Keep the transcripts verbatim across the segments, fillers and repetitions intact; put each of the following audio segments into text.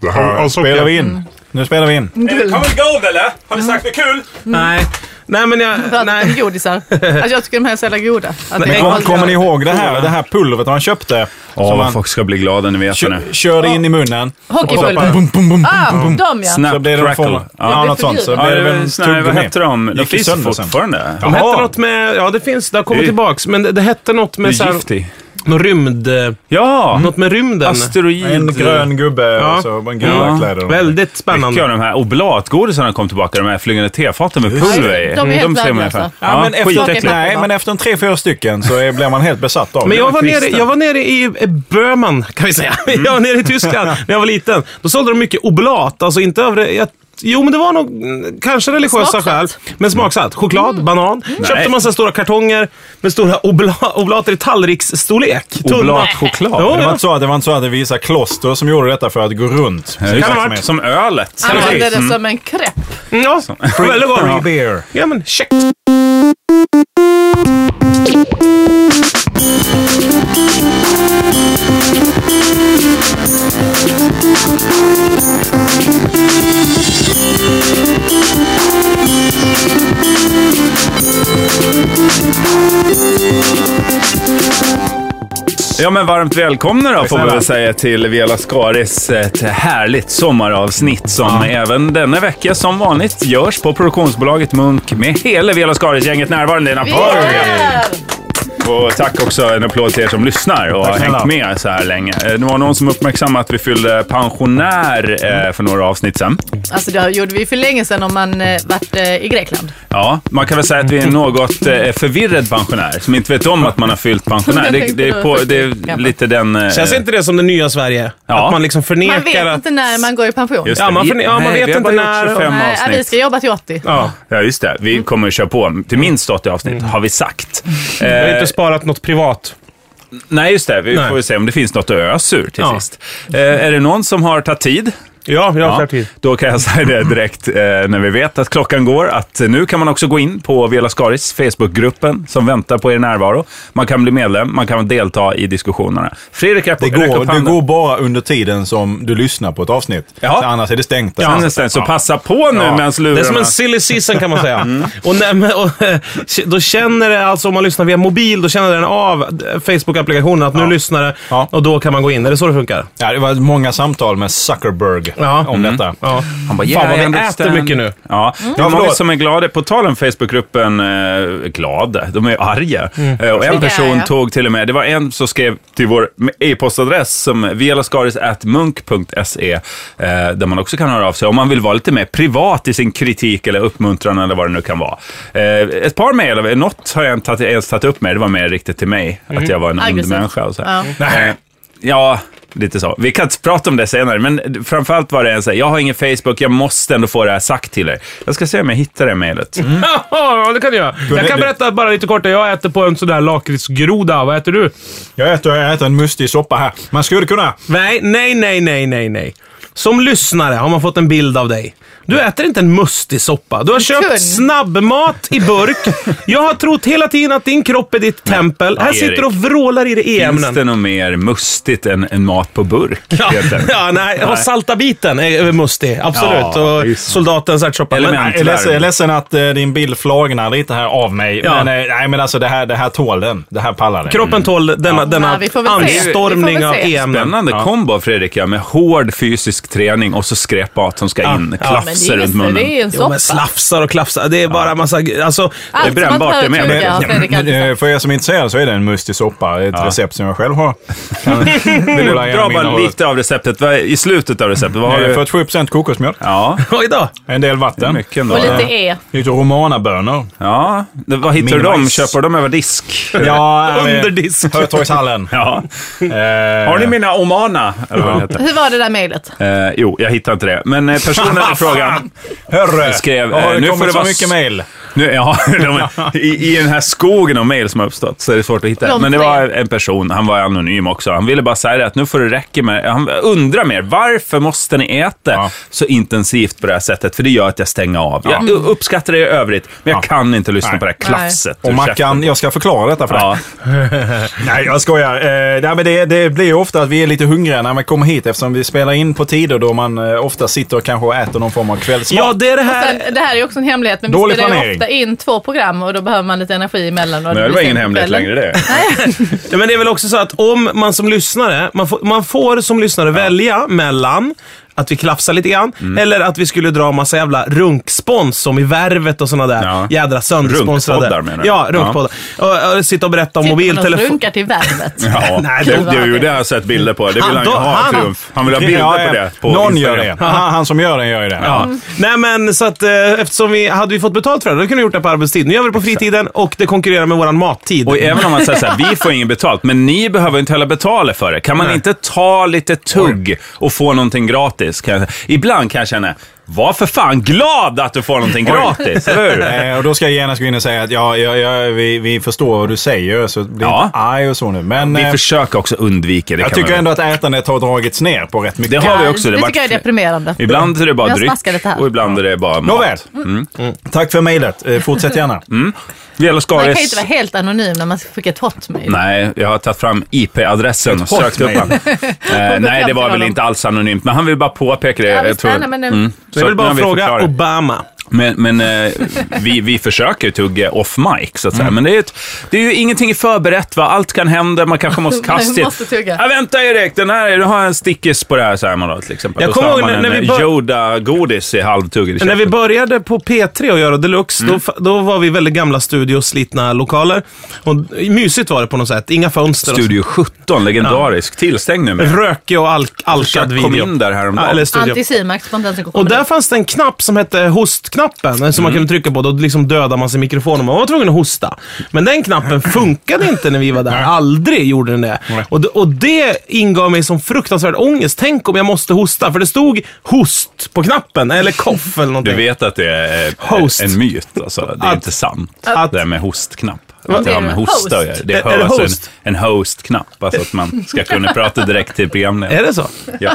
Det här spelar vi in. Mm. Nu spelar vi in. Är det Comedy Gold eller? Har ni sagt något kul? Mm. Nej. Nej, men jag... Nej. Godisar. Alltså, jag tycker de här är så jävla goda. Att men kom, kommer ni ihåg det här, det här pulvret man köpte? Ja, oh, man folk ska bli glada, ni vet det. Körde in i munnen. Hockeypulver. Bum, bum, bum, ah, bum, bum. de ja. Snap, så blev det crackle. Ja, något sånt. Så ja, blev det väl nej, vad hette de? De finns fortfarande. De hette något med... Ja, det finns. Det har kommit det, tillbaks. Men det, det hette något med... Det är giftig. Någon rymd... Ja! Något med rymden. Asteroid. En grön gubbe ja. och så en gröna ja. kläder. Väldigt spännande. Mycket av de här oblatgodisarna kom tillbaka. De här flygande tefaten med pulver i. De är helt värdelösa. Ja, ja, men efter, nej, men efter en tre, fyra stycken så är, blir man helt besatt av. Men jag var, nere, jag var nere i Böhmen, kan vi säga. Mm. Jag var nere i Tyskland när jag var liten. Då sålde de mycket oblat. Alltså inte över... Jag, Jo, men det var nog kanske religiösa skäl. Men smaksatt. Choklad, mm. banan. Mm. Köpte man så stora kartonger med stora obla- oblater i tallrikssstorlek. Oblatchoklad. Ja, det, var inte så att, det var inte så att det visade kloster som gjorde detta för att gå runt. Ja, det kan ha varit som ölet. Han använde det som en krepp. Mm, ja, väldigt gott. Free beer. Ja, men check. Ja, men varmt välkomna då får vi väl säga till Via Lascaris, ett härligt sommaravsnitt som ja. även denna vecka som vanligt görs på produktionsbolaget Munk med hela Via Lascaris-gänget närvarande. En applåd! Och tack också, en applåd till er som lyssnar och har hängt med så här länge. Det var någon som uppmärksammade att vi fyllde pensionär eh, för några avsnitt sedan. Alltså det gjorde vi för länge sedan om man eh, varit eh, i Grekland. Ja, man kan väl säga att vi är något eh, förvirrad pensionär som inte vet om att man har fyllt pensionär. Det, det, är, på, det är lite den... Eh, Känns inte det som det nya Sverige? Ja. Att man liksom förnekar... Man vet att... inte när man går i pension. Just ja, man, förne- ja, man nej, vet inte när... Nej, ja, vi ska jobba till åttio. Ja, ja just det. Vi kommer att köra på till minst åttio avsnitt, mm. har vi sagt. Vi har inte sparat något privat. Nej, just det. Vi Nej. får se om det finns något att ösa ur till ja. sist. Eh, är det någon som har tagit tid? Ja, vi har ja, tid. Då kan jag säga det direkt eh, när vi vet att klockan går. Att nu kan man också gå in på Via Lascaris Facebookgruppen som väntar på er närvaro. Man kan bli medlem, man kan delta i diskussionerna. Fredrik, det, går, det går bara under tiden som du lyssnar på ett avsnitt. Ja. Så annars är det stängt. Ja, annars är det stängt. Så passa på nu ja. medan lurarna... Det är som en silly season kan man säga. mm. och, när, och då känner det, alltså om man lyssnar via mobil, då känner den av Facebook-applikationen att nu ja. lyssnar det ja. och då kan man gå in. Är det så det funkar? Ja, det var många samtal med Zuckerberg. Ja. om mm. detta. Ja. Han bara, yeah, fan vad vi äter mycket nu. Ja, mm. det är många som är glada. På tal om Facebookgruppen, eh, glada. De är arga. Mm. Eh, och en person ja, ja. tog till och med, det var en som skrev till vår e-postadress som vialascaris at munk punkt se eh, där man också kan höra av sig om man vill vara lite mer privat i sin kritik eller uppmuntran eller vad det nu kan vara. Eh, ett par mejl, något har jag inte ens tagit upp med, det var mer riktigt till mig. Mm. Att jag var en ond människa och så. Ja. Eh, ja, lite så. Vi kan inte prata om det senare, men framförallt var det en så här, jag har ingen Facebook, jag måste ändå få det här sagt till er. Jag ska se om jag hittar det mejlet. Mm. Ja, det kan du göra. Jag kan berätta bara lite kort, jag äter på en sådär lakritsgroda. Vad äter du? Jag äter, jag äter en mustig soppa här. Man skulle kunna... Nej, nej, nej, nej, nej, nej. Som lyssnare har man fått en bild av dig. Du äter inte en mustig soppa. Du har köpt Kund. snabbmat i burk. Jag har trott hela tiden att din kropp är ditt tempel. Här sitter du och vrålar i det i ämnen. Finns det något mer mustigt än en mat på burk? Ja, ja nej. Och salta biten är mustig. Absolut. Ja, och soldatens ärtsoppa. Jag är ledsen, jag är ledsen att uh, din bild flagnar lite här av mig. Ja. Men, uh, nej, men alltså det här, det här tål den. Det här pallar den. Kroppen tål denna, ja. denna ja, anstormning av ämnen. Spännande ja. kombo, Fredrik, ja, med hård fysisk träning och så skräpmat som ska ja. in. Ja. Klafsar runt munnen. Det är en jo, men slafsar och klafsar. Det är bara ja. massa... Alltså, det är brännbart det med. Men, men, för er som är intresserade så är det en mustig soppa. Ett ja. recept som jag själv har. Vill du dra bara lite av receptet? I slutet av receptet? Vad har du? fyrtiosju procent kokosmjölk. Ja. Oj då. En del vatten. Och lite e. Lite romanabönor. Ja. Det, vad hittar du dem? Köper de över disk? Ja. Under disk. Hötorgshallen. Ja. eh. Har ni mina omana? Eller vad det heter? Hur var det där mejlet? Eh, jo, jag hittar inte det. Men personen i frågan Hörru, skrev... har det nu kommit får det så vara mycket mejl? Nu, ja, de, i, I den här skogen av mejl som har uppstått så är det svårt att hitta. Långt Men det var en person, han var anonym också. Han ville bara säga det att nu får det räcka med... Han undrar mer, varför måste ni äta ja. så intensivt på det här sättet? För det gör att jag stänger av. Ja. Jag uppskattar det i övrigt, men jag ja. kan inte lyssna Nej. på det här klafset. Och Mackan, jag ska förklara detta för ja. dig. Nej, jag skojar. Eh, nej, men det, det blir ju ofta att vi är lite hungriga när man kommer hit eftersom vi spelar in på tider då man eh, ofta sitter och kanske äter någon form av kvällsmat. Ja, det är det här. Sen, det här är också en hemlighet, men Dålig vi spelar planering. ju ofta in två program och då behöver man lite energi emellan. Och Nej, det, det var ingen hemlighet längre det. Ja, men det är väl också så att om man som lyssnare, man får, man får som lyssnare ja. välja mellan att vi klafsar lite grann, mm. eller att vi skulle dra massa jävla runkspons som i Värvet och såna där ja. jädra söndersponsrade. Runkpoddar menar du? Ja, runkpoddar. Ja. Och, och sitta och berätta om mobiltelefon. Sitter runkar till Värvet. Ja, nej, det, det är ju det jag har sett bilder på. Det vill han, han ju ha, han, triumf. Han vill ha bilder ja, på det. På någon Instagram. Gör det. Han, han som gör det gör ju det. Ja. Mm. Nej, men så att eftersom vi hade vi fått betalt för det, då kunde vi gjort det på arbetstid. Nu gör vi det på fritiden och det konkurrerar med våran mattid. Och även om man säger så här, vi får ingen betalt, men ni behöver inte heller betala för det. Kan man nej. inte ta lite tugg och få någonting gratis? Kan jag, ibland kan jag känna, var för fan glad att du får någonting gratis, eller hur? Eh, och då ska jag gärna gå in och säga att ja, ja, ja, vi, vi förstår vad du säger, så blir ja. inte arg och så nu. Men, vi eh, försöker också undvika det. Jag tycker ändå att ätandet har dragits ner på rätt mycket. Det har vi också. Det, det tycker jag är deprimerande. Ibland är det bara dryck och ibland är det bara mat. Nåväl. Mm. Mm. Tack för mejlet. Eh, fortsätt gärna. Mm. Man kan ju inte vara helt anonym när man fick ett hotmail. Nej, jag har tagit fram I P-adressen och sökt upp han. eh, nej, det var väl inte alls anonymt, men han vill bara påpeka det. Ja, jag tror, nej, men, mm. jag vill bara fråga Obama. Men, men eh, vi, vi försöker tugga off mic så att säga. Mm. Men det är, ett, det är ju ingenting förberett, va? Allt kan hända, man kanske måste kasta in. måste tugga. Ja, vänta Erik, den här, du har en stickis på det här, så här man då, till exempel. Jag kommer ihåg när, när vi bör... Yoda-godis i halvtugg. När vi började på P tre och göra Deluxe, mm. då, då var vi väldigt gamla studios, slitna lokaler. Och mysigt var det på något sätt, inga fönster. Studio sjutton, legendarisk, ja. tillstängd nu med. Rökig och alk- alkad video. Kom in där häromdagen. Ja, eller studio. Anticimax på den och där fanns det en knapp som hette hostknappen, som mm. man kunde trycka på, då liksom dödade man sig mikrofonen och man var tvungen att hosta. Men den knappen funkade inte när vi var där. Aldrig gjorde den det. Och, det och det ingav mig som fruktansvärd ångest. Tänk om jag måste hosta, för det stod host på knappen, eller koff eller någonting. Du vet att det är host. En myt, alltså. Det är att, inte sant. Att, det är med hostknapp. Att det har med hosta att göra. Det är, är det host? En, en host-knapp, alltså att man ska kunna prata direkt till programledaren. Är det så? Ja.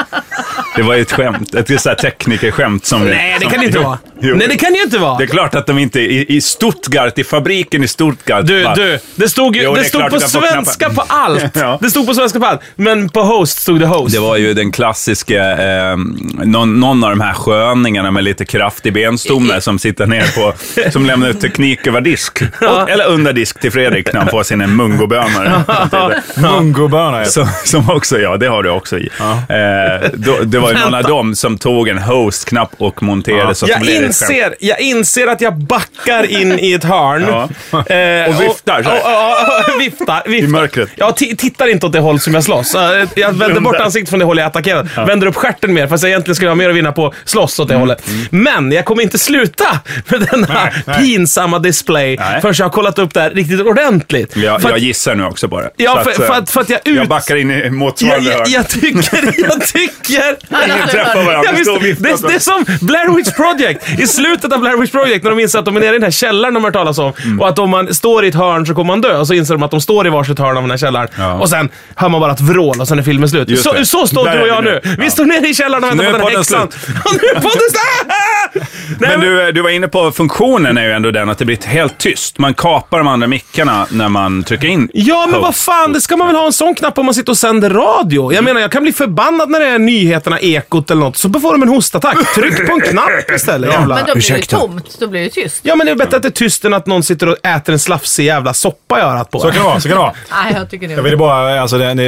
Det var ju ett skämt, ett så här teknikerskämt som... Nej, det som, kan det inte vara. Jo. Nej, det kan ju inte vara. Det är klart att de inte, i, i Stuttgart, i fabriken i Stuttgart... Du, bara, du, det stod, jo, det det stod på svenska på allt. Ja. Det stod på svenska på allt, men på host stod det host. Det var ju den klassiska, eh, någon, någon av de här sköningarna med lite kraftig benstomme som sitter ner på, som lämnar ut teknik över disk. Ja. Och, eller under disk till Fredrik när han får sina mungobönor. Mungobönor, som, som också, ja, det har du också i. Ja. Eh, då, det var ju någon av dem som tog en host-knapp och monterade ja. så jag inser, jag inser att jag backar in i ett hörn. Ja. Eh, och viftar så och, och, och, viftar, viftar. I mörkret. Jag t- tittar inte åt det håll som jag slåss. Jag vänder bort ansiktet från det håll jag attackerar. Ja. Vänder upp stjärten mer, fast jag egentligen skulle ha mer att vinna på slåss åt det mm. hållet. Mm. Men jag kommer inte sluta med denna nej, nej. pinsamma display nej. förrän jag har kollat upp det här riktigt ordentligt. Ja, för jag att, gissar nu också bara. Ja, för, för, att, för att jag ut... Jag backar in i motsvarande jag, jag, jag tycker, jag tycker... Ingen träffar varandra. Visst, det, det är som Blair Witch Project. I slutet av Blair Witch Project, när de inser att de är nere i den här källaren de har talas om. Mm. Och att om man står i ett hörn så kommer man dö. Och så inser de att de står i varsitt hörn av den här källaren. Ja. Och sen hör man bara ett vrål och sen är filmen slut. Så, så står du och jag nu. Vi ja. står nere i källaren och väntar på den här häxan. Och nu är podden slut! Men du, du var inne på funktionen är ju ändå den att det blir helt tyst. Man kapar de andra mickarna när man trycker in. Ja, men vad fan, det ska man väl ha en sån knapp om man sitter och sänder radio. Jag mm. menar, jag kan bli förbannad när det är nyheterna, ekot eller något. Så får de en hostattack. Tryck på en knapp istället. Ja, men då blir det tomt, då blir det tyst. Ja, men det är bättre att det är tyst än att någon sitter och äter en slafsig jävla soppa i örat på. Så kan det vara, så kan det vara. Nej, jag tycker det. Jag ville bara, alltså det, det,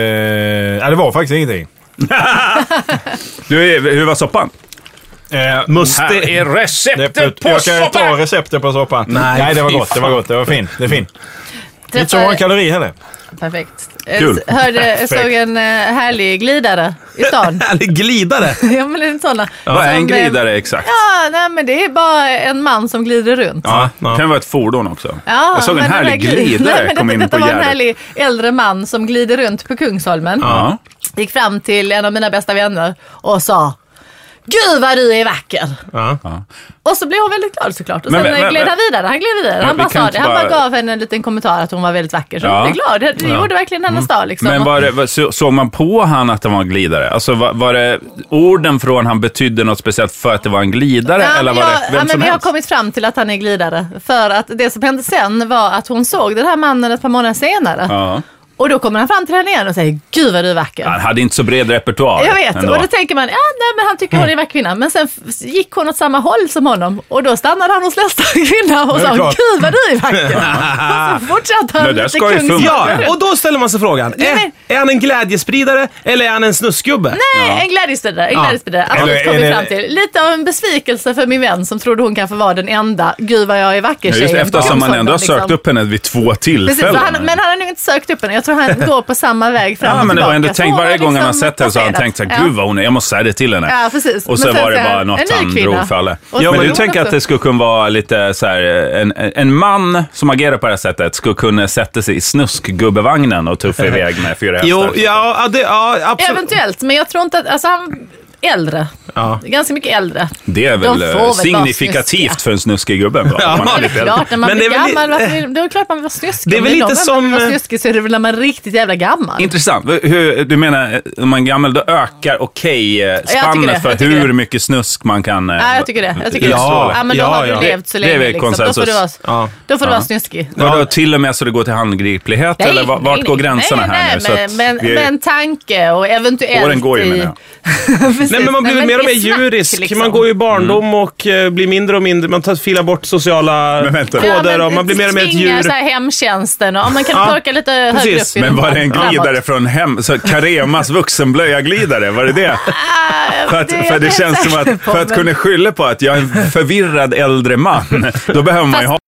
ja, det var faktiskt ingenting. Du, hur var soppan? Eh, Måste är receptet det, på jag soppan? Jag kan ta receptet på soppan. Nej, Nej det var gott, det var gott, det var fint, det är fint. Inte så många kalorier heller. Perfekt. Kul. Jag hörde, jag såg en uh, härlig glidare i stan. Härlig glidare? Ja, men det är en sån. Ja, vad är en glidare exakt? Ja, nej, men det är bara en man som glider runt. Ja, det kan vara ett fordon också. Ja, jag såg en härlig glidare nej, kom det, in det, på det var Gärdet. en härlig äldre man som glider runt på Kungsholmen. Ja. Gick fram till en av mina bästa vänner och sa: gud vad du är vacker. Ja. Ja. Och så blev hon väldigt glad såklart. Och sen Men- men- gled men- han vidare. Han gled vidare. Men Han vi bara kan sa inte det. Han bara- bara gav henne en liten kommentar att hon var väldigt vacker. Så Ja. hon blev glad. Det, det Ja. gjorde verkligen hennes dag liksom. Men var det, var, så, såg man på han att han var en glidare? Alltså var, var det orden från han betydde något speciellt för att det var en glidare? Ja, eller men var jag, det vem ja, men som vi har helst? kommit fram till att han är glidare. För att det som hände sen var att hon såg den här mannen ett par månader senare. Ja. Och då kommer han fram till henne igen och säger, gud vad du är vacker. Han hade inte så bred repertoar. Jag vet, ändå. och då tänker man, ja nej men han tycker hon är en vacker kvinna. Men sen f- gick hon åt samma håll som honom. Och då stannade han hos nästa kvinna och Det är sa, klart. gud vad du är vacker. Och så fortsatte han Men där lite ska ju funka. kungsvacker. Ja, och då ställer man sig frågan, Nej, är, men- är han en glädjespridare eller är han en snuskgubbe? Nej, en glädjespridare. En Ja. glädjespridare. Absolut, Eller kom är vi det- fram till. Lite av en besvikelse för min vän som trodde hon kanske var den enda, gud vad jag är vacker Ja, just tjejen. eftersom man ändå har liksom. sökt upp henne vid två Precis, så tillfällen. han, men han har nog inte sökt upp henne. Jag tror han går på samma väg fram Ja, och men det tillbaka. var ändå Så tänkt hon varje har gång han har liksom sett henne så har han tänkt så här, passerat. gud vad hon är, jag måste säga det till henne. Ja, precis. Och så Men sen var det så bara en något ny han kvinna. drog för alla. Och så Men var du hon tänker också- att det skulle kunna vara lite så här, en, en man som agerar på det här sättet skulle kunna sätta sig i snuskgubbevagnen och tuffa iväg med fyra hästar. Jo, ja, ja, det, ja absolut. Eventuellt, men jag tror inte att, alltså han äldre. Ja. Ganska mycket äldre. Det är De väl får eh, väl vara signifikativt snuskiga. för en snuskig gubbe. Bara, Ja, att man är Det är lite väl äldre. klart, när man Men blir det är väl- gammal, varför vill, det är klart man vill vara snuskig. Det är väl Men lite då, som- När man vill vara snuskig så är det väl när man är riktigt jävla gammal. Intressant. Hur, du menar, om man är gammal, då ökar okej-spannet det, för jag tycker hur det. mycket snusk man kan eh, Ja, jag tycker det. Jag tycker Ja, det. Ja, men då ja, har du ja. levt så Det- det är länge. väl Liksom. Då får konsensus. du vara, Ja. då får du Ja. vara snuskig. Vadå, till och med så det går till handgriplighet? Nej, eller vart, vart nej, går nej, gränserna nej, här nej, nu? Så Men, att men, vi är- men tanke och eventuellt Åren går ju, i... menar jag. Precis. Nej, men man blir Nej, mer och det är mer snack, djurisk. liksom. Man går i barndom och eh, blir mindre och mindre. Man tar, filar bort sociala Men vänta. koder men och man blir mer och mer ett tvingar djur. så här hemtjänsten och man kan Ja, torka lite högre precis. upp i Men den- var det en framåt. glidare från hem, så Karemas vuxenblöja-glidare, var det det? Ah, För att, det är för jag det inte känns som säker att på, för att men- kunna skylla på att jag är en förvirrad äldre man, då behöver man ju ha,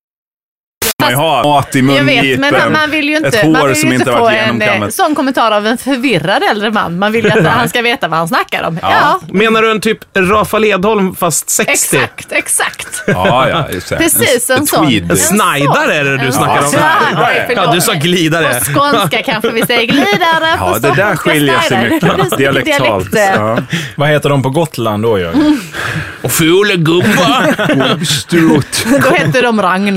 man ju ha mat i Jag vet, mungipen, men man, man vill ju inte, ett man hår vill som ju inte inte få varit en eh, genomkammat. sån kommentar av en förvirrad äldre man. Man vill ju att han ska veta vad han snackar om. Ja, Ja. Menar du en typ Rafael Edholm fast sextio? exakt, exakt. Ja, ja, just det. Precis, en sån. tweed. En Snajdare är det du En snackar om. sån. Ja, oj, förlåt. Ja, du sa glidare. På skånska kanske vi säger glidare. Ja, på det där stockholmska skiljer sig snajdare. mycket. Det är Dialektalt. dialekt, eh. Ja. Vad heter de på Gotland då, Jörgen? Och fula gubbar. Stort. Då heter de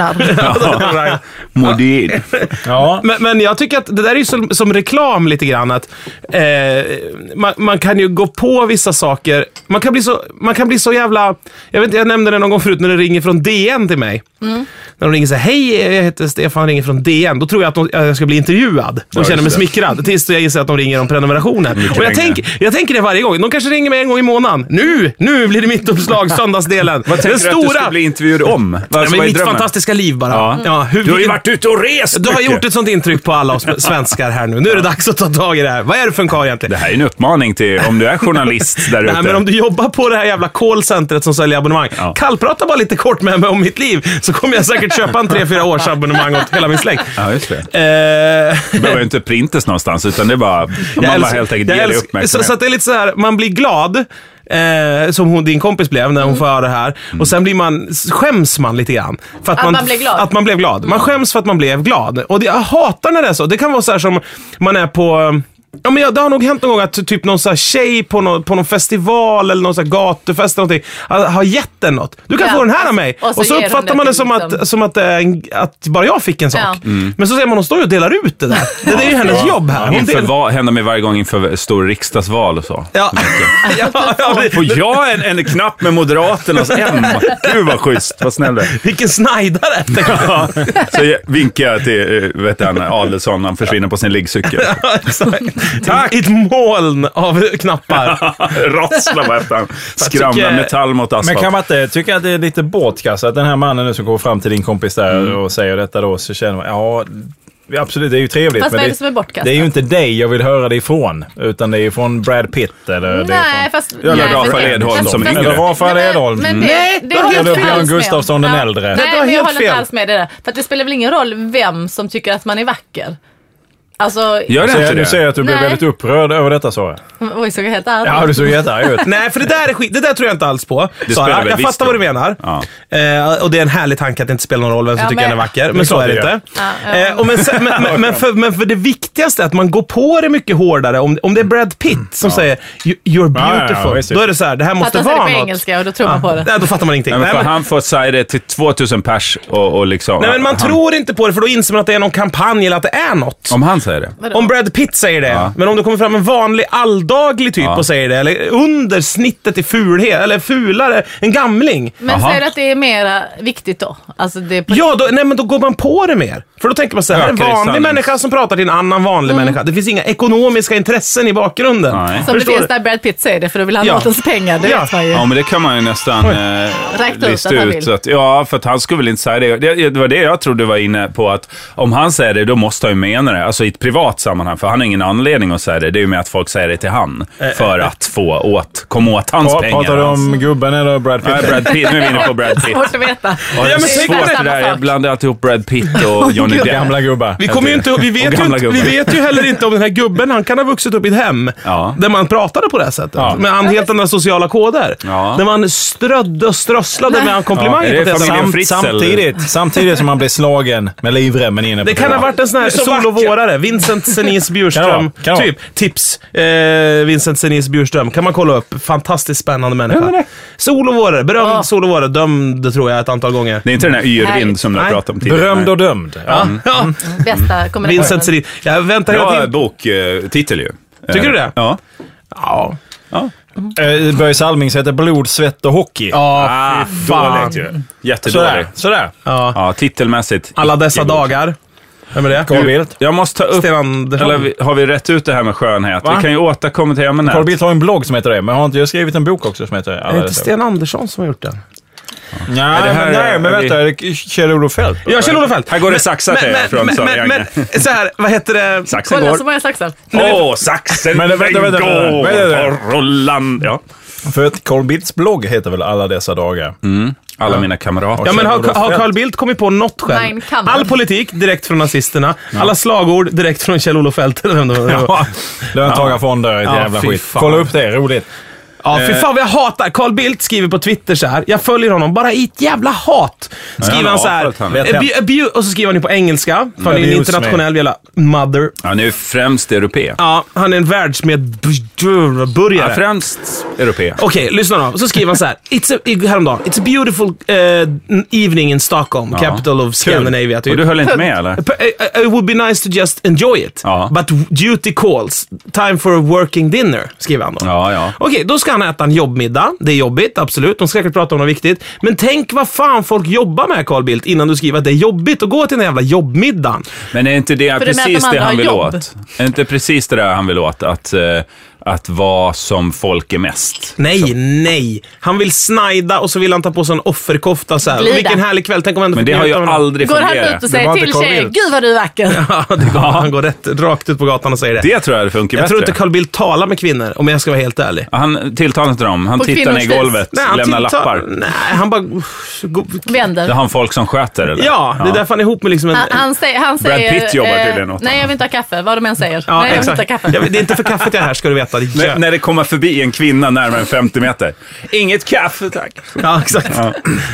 Ragnar. Modin. Ja. Men, men jag tycker att det där är ju som, som reklam lite grann. Att, eh, man, man kan ju gå på vissa saker. Man kan bli så, man kan bli så jävla... Jag vet inte, jag nämnde det någon gång förut när det ringer från D N till mig. Mm. När de ringer så här, hej, jag heter Stefan, ringer från D N. Då tror jag att, de, att jag ska bli intervjuad. Och Ja, känner mig just det. smickrad. Tills jag inser att de ringer om prenumerationen. Mycket Och jag, pengar. tänk, jag tänker det varje gång. De kanske ringer mig en gång i månaden. Nu, nu blir det mitt uppslag, söndagsdelen. Vad tänker du att du ska bli intervjuad om? Vad, Ja, vad men är mitt drömmen? fantastiska liv bara. Ja. Ja, hur, Du har ju varit ute och rest Du har mycket. gjort ett sånt intryck på alla oss svenskar här nu. Nu är det dags att ta tag i det här. Vad är det för en karl egentligen? Det här är en uppmaning till om du är journalist där ute. Nej, men om du jobbar på det här jävla callcentret som säljer abonnemang. Ja. Kallprata bara lite kort med mig om mitt liv, så kommer jag säkert köpa en tre fyra års abonnemang åt hela min släkt. Ja, just det. Eh, Det behöver ju inte printas någonstans, utan det är bara, man bara älskar- helt enkelt jag ger dig älskar- så, uppmärksamhet. så att det är lite så här, man blir glad. Eh, som hon, din kompis blev när hon får höra det här. Och sen blir man, skäms man lite grann. För att, Att man blev glad. Att man blev glad. Man skäms för att man blev glad. Och det, jag hatar när det är så. Det kan vara så här som man är på... Ja, men jag, det har nog hänt någon gång att typ någon så här tjej på någon, på någon festival eller någon så här gatufest eller någonting har, har gett den något. Du kan Ja. få den här av mig. Och Och så så, ger hon uppfattar det man det till som, liksom- att, som att, det är en, att bara jag fick en sak. Ja. Men så ser man hon står ju och delar ut det där. Det, det är ju hennes jobb här. Hon Inför del- val, händer mig varje gång inför stor riksdagsval och så. ja. ja, ja, det- Får jag en, en knapp med Moderaternas M? Gud vad schysst, vad snäll du är. Vilken snajdare! Ja, så vinkar jag till eh, vet han, Adelsson, han försvinner på sin liggcykel. Tack! I ett moln av knappar. Rasslar bara efter han. Skramlar tycker- metall mot asfalt. Men kan man inte tycka att det är lite bortkastat att den här mannen nu som går fram till din kompis där Mm. och säger detta då, så känner man, ja, absolut, det är ju trevligt. Fast men vad är det, det som är bortkastat? det är ju inte dig jag vill höra det ifrån, utan det är från Brad Pitt eller det är Nej, från, fast... Eller nej, Rafael fast- Edholm fast- som fast- yngre. Eller Rafael Nej, men- Edholm. Men det, Nej, det du har håller helt jag fel. inte alls Björn med om. Gustafsson den äldre. Nej, Du har men jag helt håller fel. inte alls med det där. För att det spelar väl ingen roll vem som tycker att man är vacker. Alltså, Gör det inte Du det? säger att du blev Nej. väldigt upprörd över detta, Sara. oj, såg jag helt arg. Ja, du såg jättearg ut. Nej, för det där är skit. Det där tror jag inte alls på. Det Sara, spelar väl jag visst fattar vad du roll. menar. Ja. Eh, och det är en härlig tanke att det inte spelar någon roll vem som Ja, tycker men- den är vacker. Men är så klart är det det inte. gör. Ja, ja. Eh, och men, sen- men, men, men, för, men för det viktigaste är att man går på det mycket hårdare. Om, om det är Brad Pitt som säger "You- you're Ja, ja, ja, beautiful. visst. Då är det så här, det här För att måste han säger vara det på något. engelska och då tror man på det. Nej, då fattar man ingenting. Nej, men Nej, för men, han får säga det till tvåtusen pers och, och liksom... nej, men man han, tror inte på det för då inser man att det är någon kampanj eller att det är något. Om han säger det. Vadå? Om Brad Pitt säger det, Ja. men om det kommer fram en vanlig alldaglig typ Ja. och säger det, eller under snittet i fulhet, eller fulare, en gamling. Men Aha. säger du att det är mer viktigt då? Alltså det är på... Ja, då, nej, men då går man på det mer. För då tänker man så här, här är en Ökar i vanlig sannings- människa som pratar till en annan vanlig människa. Det finns inga ekonomiska intressen i bakgrunden. Nej. Som det Förstår finns du? där Brad Pitt säger det, för då vill han Ja. ha åt ens pengar, det Ja. vet man ju. Ja, men det kan man ju nästan eh, Räkna ut lista att han ut. vill. Så att, ja, för att han skulle väl inte säga det. det. Det var det jag trodde var inne på, att om han säger det, då måste han ju mena det. Alltså i ett privat sammanhang, för han har ingen anledning att säga det. Det är ju med att folk säger det till han, för att få åt, komma åt hans Pa- pengar. Pratar du om gubben eller Brad Pitt? Nej, Brad Pitt. Nu är vi inne på Brad Pitt. Svårt att veta. Ja, men det är tänk svårt på det. det där. Jag blandar alltid ihop Brad Pitt och Johnny Depp. Gamla gubbar. Vi, kommer ju inte, vi, vet ju gamla inte, vi gubbar. vet ju heller inte om den här gubben, han kan ha vuxit upp i ett hem Ja. där man pratade på det här sättet. Ja. Med an, helt andra sociala koder. Ja. Där man strödde och strösslade med komplimanger Ja, är på det det familjen sättet. Fritz Samt, eller? samtidigt, samtidigt som man blir slagen med livremmen inne på Det kan ha varit en sån här Det är så sol och vackert. vårare. Vincent Senis Bjurström. Kan det vara? Typ. Tips. Eh, Vincent Senis Bjurström. Kan man kolla upp. Fantastiskt spännande människa. Sol och vårare. Berömd Ja. sol och vårare. Dömd tror jag ett antal gånger. Det är inte den här Yrvind Nej. som du har Nej. pratat om tidigare. Berömd och dömd. Ja. Ja. Bästa kombinationen. Vincent Senis. Jag väntar hela Bra tiden. boktitel ju. Tycker du det? Ja. Ja. Ja. Eh, Börje Salming heter Blod, svett och hockey. Ja, Ah, fy fan. dåligt ju. Jättedåligt. Sådär. Sådär. Ja. Ja, titelmässigt. Alla dessa icke god. dagar. Vem är det? Carl Bildt. Jag måste ta upp... Sten Andersson. Eller vi- har vi rätt ut det här med skönhet? Va? Vi kan ju återkomma till ämnet. Carl Bildt har en blogg som heter det, men har inte jag skrivit en bok också som heter Är alla det inte dessa? Sten Andersson som har gjort den? Nej, Är det här- men, nej, men är vi- vänta. Är det Kjell-Olof Feldt? Ja, Kjell-Olof Feldt. Här går det saxar Men- till men- från men- Sara men, Gagner. men, så här, vad heter det? Saxen Kolla går. så många saxar. Åh, saxen Men vänta, vänta, den vänta, går vänta. på rollan. Ja. För att Carl Bildts blogg heter väl Alla dessa dagar? Alla mina kamrater. Ja, men har, Kjell-Olof har Feldt. Carl Bildt kommit på något själv? Mein Kampf. All politik direkt från nazisterna. Alla slagord direkt från Kjell-Olof Feldt. eller vem det var. Ja, löntagarfonder, ett Ja, jävla fy skit. fan. Kolla upp det, roligt. Ja, fy fan vad jag hatar. Carl Bildt skriver på Twitter så här. Jag följer honom bara i ett jävla hat. Skriver Ja, han så här. avföljt han. Vet "Abu- abu-" och så skriver han ju på engelska. För han är en Abuse internationell jävla mother. Han är ju främst europé. Ja, han är en världsmedborgare. Ja, främst europé. Okej, lyssna då. Så skriver han så här. It's a, i- häromdagen. It's a beautiful uh, evening in Stockholm, capital of Scandinavia. Typ. Och du höll inte med eller? But, uh, It would be nice to just enjoy it. Ja. But duty calls. Time for a working dinner, skriver han då. Ja, ja. Okej, då ska han äta en jobbmiddag. Det är jobbigt, absolut. De ska säkert prata om något viktigt. Men tänk vad fan folk jobbar med, Carl Bildt, innan du skriver att det är jobbigt att gå till den jävla jobbmiddagen. Men är inte det För det med precis att de det andra han har vill jobb. åt? Är inte precis det där han vill åt? Att, eh, att vara som folk är mest? Nej, nej. Han vill snajda och så vill han ta på sig en offerkofta så här. Glida. Vilken härlig kväll. Tänk om han ändå Men fick det har ju njuta av den. aldrig Går han fungerat. ut och Det säger var inte till Carl tjejer, Bildt. gud vad du är vacker. Ja, det går. Han går rätt, rakt ut på gatan och säger det. Det tror jag det funkar Jag bättre. tror inte Carl Bildt talar med kvinnor, om jag ska vara helt ärlig. Han tilltalar inte dem. Han På tittar ner i kvinnors golvet, Nej, han lämnar tilltar- lappar. Nej, han bara... uff, gå- Det Vänder. är han folk som sköter, eller? Ja, det är därför han är ihop med liksom en... Han, han säger, han Brad säger Pitt jobbar eh, tydligen åt nej, honom. jag vill inte ha kaffe. Vad de än säger. Ja, nej, jag vill exakt. inte ha kaffe. Jag, det är inte för kaffet jag är här, ska du veta. Det När, när det kommer förbi en kvinna närmare än femtio meter. Inget kaffe, tack. Ja, exakt. Ja.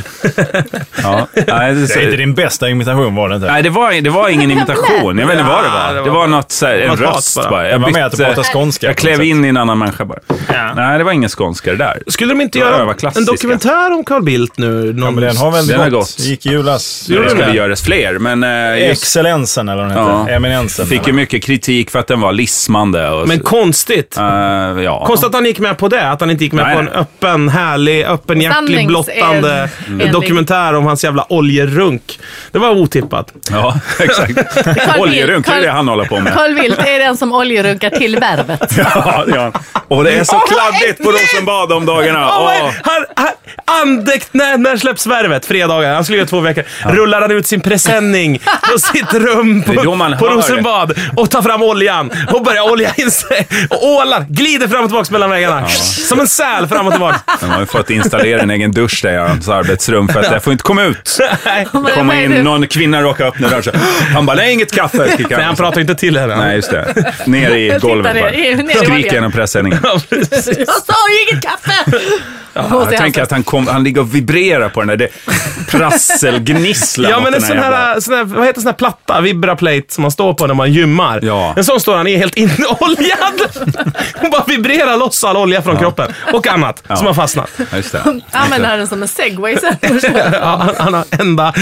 Ja. Nej, det, Det är inte din bästa imitation, var det inte? Nej, det var, det var ingen imitation. Jag vet inte vad det Ja, det var. var Det var något så här, en något hat röst bara. bara. Det Jag, var med att du bytte- pratar skånska. jag på klev något sätt. in i en annan människa bara. Ja. Nej, det var ingen skånska det där. Skulle de inte Ja, det göra var en klassiska. dokumentär om Carl Bildt nu? Ja, Någon... men den har väl Den har gått. gått. Gick i julas. Gjorde Det den skulle det? göras fler, men eh, just, Excellensen eller vad den Ja. heter. Eminensen. fick ju eller? mycket kritik för att den var lismande. Och, Men konstigt. eh, ja. Konstigt att han gick med på det. Att han inte gick med Nej, på en nej. öppen, härlig, öppenhjärtig, Sannings- blottande enlig. dokumentär om hans jävla oljerunk. Det var otippat. Ja, exakt. Carl Oljerunk, det är Bildt- det han håller på med. Carl Bildt är den som oljerunkar till värvet. Ja, det gör han. Och det är så kladdigt på Rosenbad de dagarna. Oh, Åh. han, han, andäkt, när, när släpps värvet? Fredagar. Han skulle göra två veckor. Rullar han ut sin presenning på sitt rum Det är på, då man på hör Rosenbad och tar fram oljan och börjar olja in sig och ålar. Rasar, glider fram och tillbaka mellan väggarna. Ja. Som en säl fram och tillbaka. De har ju fått installera en egen dusch där i hans arbetsrum för att det får inte komma ut. Komma in, någon kvinna råkar öppna dörren. Han bara, nej, inget kaffe. Nej, han pratar inte till henne. Nej, just det. Ner i golvet bara. Skriker genom pressändningen. Jag sa ju inget kaffe! Ja, jag tänker att han, kom, han ligger och vibrerar på den där. Det prasselgnisslar. Ja, men en sån här, sån här, vad heter sån här platta, vibraplate som man står på när man gymmar. Ja. En sån står han i helt inoljad. Hon bara vibrerar loss all olja från ja. kroppen. Och annat ja. som har fastnat. Ja, just det. Använder den som en segway sen. Ja, han, han har enda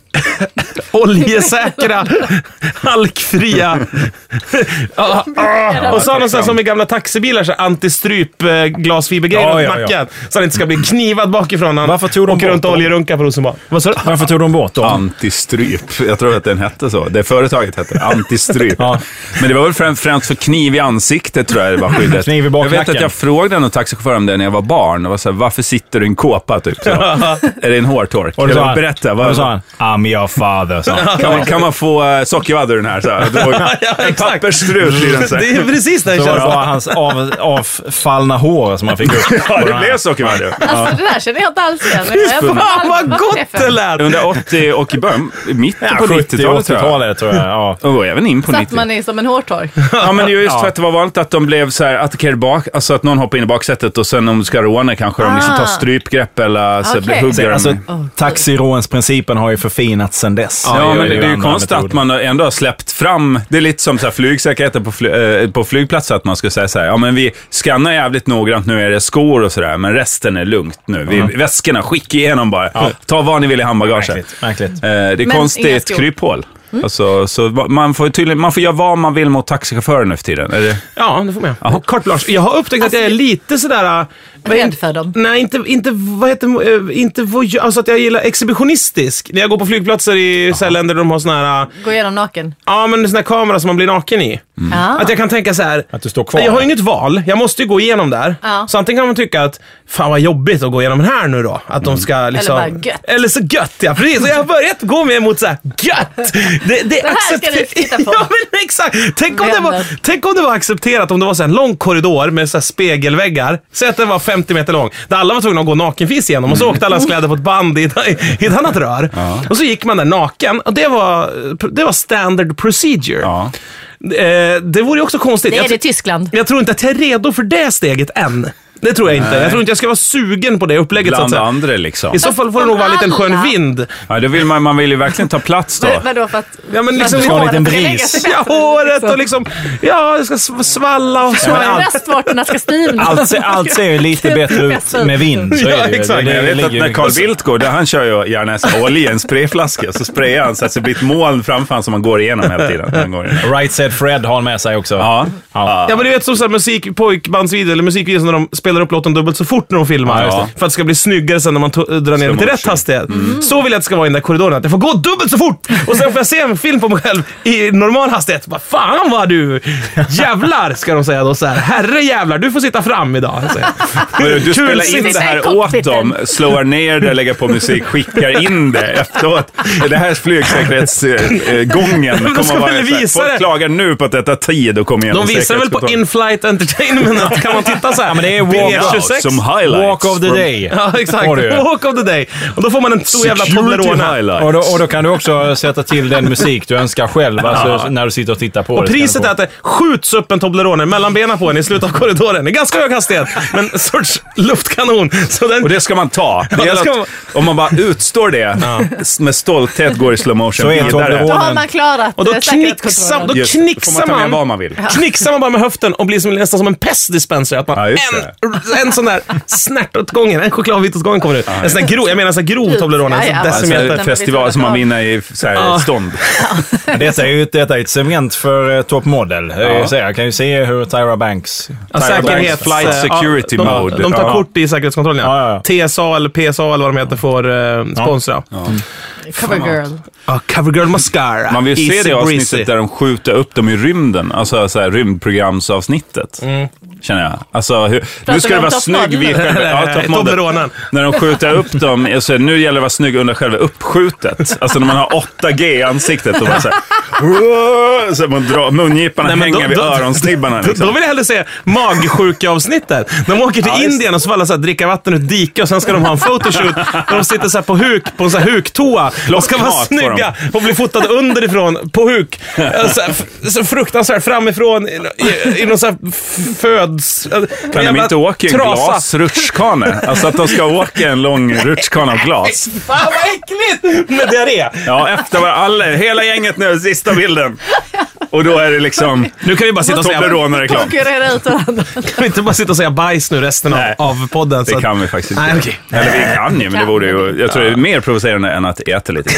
oljesäkra, halkfria. ah, ah. Och så har de så som i gamla taxibilar så antistryp eh, glasfibergrejer ja, runt ja, nacken. ja. Så han inte ska bli knivad bakifrån. Han Varför tog de och runt och oljerunka på Rosenbad. Varför tog de bort dem? Antistryp. Jag tror att den hette så. Det företaget hette Antistryp. Ja. Men det var väl främst, främst för kniv i ansiktet tror jag det var skyddet. Kniv i jag baknacken. vet att jag frågade någon taxichaufför om det när jag var barn. Och var så här, varför sitter du i en kåpa typ? Så. Är det en hårtork? Och jag berätta. Vad sa han? I'm your father. Kan man, kan man få uh, sockervadd ur den här? Så här. Ja, en pappersstrut i den. Så. Det är precis det. Så var det bara hans av, avfallna hår som han fick upp. Ja, det blev sockervadd. Ja. Alltså, det där känner jag inte alls igen. Fan vad gott det lät! Under åttio och i början, mitten ja, på nittiotalet tror jag. åttiotalet tror jag. Ja. Och även in på satt nittio. man i som en hårtork. Ja, men just ja. för att det var vanligt att de blev så här attackerade bak, alltså att någon hoppar in i baksätet och sen om du ska råna kanske ah. de liksom tar strypgrepp eller så okay. blir hugger. Alltså, oh. taxirånsprincipen har ju förfinats sedan dess. Ja, ja men det, det är ju konstigt att man ändå har släppt fram, det är lite som så här flygsäkerheten på, fly, äh, på flygplatser att man ska säga så här, ja men vi skannar jävligt noggrant, nu är det skor och sådär, men resten är lugnt nu. Vi, mm. Väskorna, skick igenom bara. Ja. Ta vad ni vill i handbagaget. Märkligt, märkligt. Eh, det är men konstigt kryphål. Mm. Alltså, så man får tydligen, man får göra vad man vill mot taxichauffören nu för tiden. Är det? Ja, det får man. Aha. Carte blanche. Jag har upptäckt alltså, att jag är lite sådär... Rädd för dem? Nej, inte, inte vad heter inte alltså att jag gillar exhibitionistisk. När jag går på flygplatser i så här länder där de har såna här... Gå igenom naken? Ja, men såna här kameror som man blir naken i. Mm. Ah. Att jag kan tänka så här... Att du står kvar. Jag har inget val. Jag måste ju gå igenom där. Ah. Så antingen kan man tycka att fan vad jobbigt att gå igenom den här nu då. Att de ska liksom... Eller bara gött. Eller så gött, ja. Precis. Och jag har börjat gå med mot så här gött. Det, det, det här accepter- ska du titta på. Ja, men exakt. Tänk om, det var, tänk om det var accepterat om det var så här en lång korridor med så här spegelväggar. Säg att den var femtio meter lång. Där alla var tvungna att gå nakenfis igenom. Och så åkte allas kläder på ett band i, i ett annat rör. Ja. Och så gick man där naken. Och det var, det var standard procedure. Ja. Eh, det vore ju också konstigt. Det är jag, det i Tyskland. Jag tror inte att jag är redo för det steget än. Det tror jag inte. Nej. Jag tror inte jag ska vara sugen på det upplägget. Bland så att säga. andra liksom. I så fall får det nog vara en liten skön vind. Ja, det vill man, man vill ju verkligen ta plats då. Vadå för att... Ja, men liksom... Ha en liten bris. Ja, håret och liksom... Ja, det ska svalla och så. Ja, röstvartorna ska stivna. Allt, allt ser ju lite bättre ut med vind. Så ja, är det, exakt. det, det, jag vet att när Carl Bildt går, där han kör ju gärna en olja i en sprayflaska. Så sprayar han så att det blir ett moln framför han som man går igenom hela tiden. Han går igenom. Right Said Fred har med sig också. Ja. Ja, ja men du vet som så här musik, pojkbandsvideo eller musikvideo när de spelar upp låten dubbelt så fort när de filmar. Ja, för att det ska bli snyggare sen när man to- drar ner till rätt hastighet. Mm. Så vill jag att det ska vara i den där korridoren. Att jag får gå dubbelt så fort. Och sen får jag se en film på mig själv i normal hastighet. Bara, fan vad du jävlar, ska de säga då så här. Herre jävlar, du får sitta fram idag. Du, du spelar in det här åt dem, slår ner det, lägger på musik, skickar in det efteråt. Det här flygsäkerhetsgången kommer att vara visa folk det. Klagar nu på att det tar tid att komma igenom. De visar väl på In-Flight Entertainment. Kan man titta så här? Ja, men det är Walk, tjugosex. Som highlights. Walk of the Day. Ja, exakt. Walk of the Day. Och då får man en stor jävla Toblerone. Och då, och då kan du också sätta till den musik du önskar själv alltså, ja. När du sitter och tittar på och det. Och priset är att det skjuts upp en Toblerone mellan benen på en i slutet av korridoren. Det är ganska hög hastighet, men en sorts luftkanon. Så den... Och det ska man ta. Det ja, ska man... Att, om man bara utstår det ja. Med stolthet går i slow motion. Så är Toblerone. Då har man klarat. Och då knixar, då Just, knixar man, man, vad man vill. Ja. Knixar man bara med höften och blir som, nästan som en pestdispenser. Att man, ja, en, en sån där snärt åt gången, en chokladbit åt gången kommer ut. Ja, en sån där grov, jag menar en sån där grov Toblerone. Ja, ja. Decimeter. Alltså, festival som man vinner i så här, ja. Stånd. Ja. Detta är ju detta är ett cement för uh, Top Model. Ja. Jag kan ju se hur Tyra Banks... Ja, Tyra säkerhet, Banks, flight security ja, de, mode. De, de tar ja. kort i säkerhetskontrollen. Ja. Ja, ja. T S A eller P S A eller vad de heter får uh, sponsra. Ja. Mm. Covergirl. Ja, Covergirl Mascara. Man vill Easy se det avsnittet breezy. där de skjuter upp dem i rymden. Alltså så här, rymdprogramsavsnittet. Mm. Känner jag. Alltså, hur, nu ska det vara snygg vid själva... Ja, Toblerone. När de skjuter upp dem, alltså, nu gäller det att vara snygg under själva uppskjutet. Alltså när man har åtta G i ansiktet och bara så här, Så man drar, mungiparna Nej, hänger då, vid då, öronsnibbarna. Liksom. Då vill jag hellre se magsjuka avsnittet. De åker till ja, Indien och så alla så här, dricka vatten ur dike och sen ska de ha en photoshoot där de sitter så här på huk, på en så här huktoa och ska vara snygga och bli fotade underifrån på huk. Så, så fruktansvärt framifrån i, i, i någon så här föds... Kan de inte åka i en glasrutschkane? Alltså att de ska åka en lång rutschkana av glas. Fan vad äckligt! Med diarré. Ja, efter var alla, hela gänget nu, sista bilden. Och då är det liksom... Nu kan vi bara sitta och säga... Konkurrera ut varandra. Kan vi inte bara sitta och säga bajs nu resten av, av podden? Det så kan vi faktiskt inte. Nej, okay. Eller vi kan ju, men det vore ju... Jag tror det är mer provocerande än att äta lite.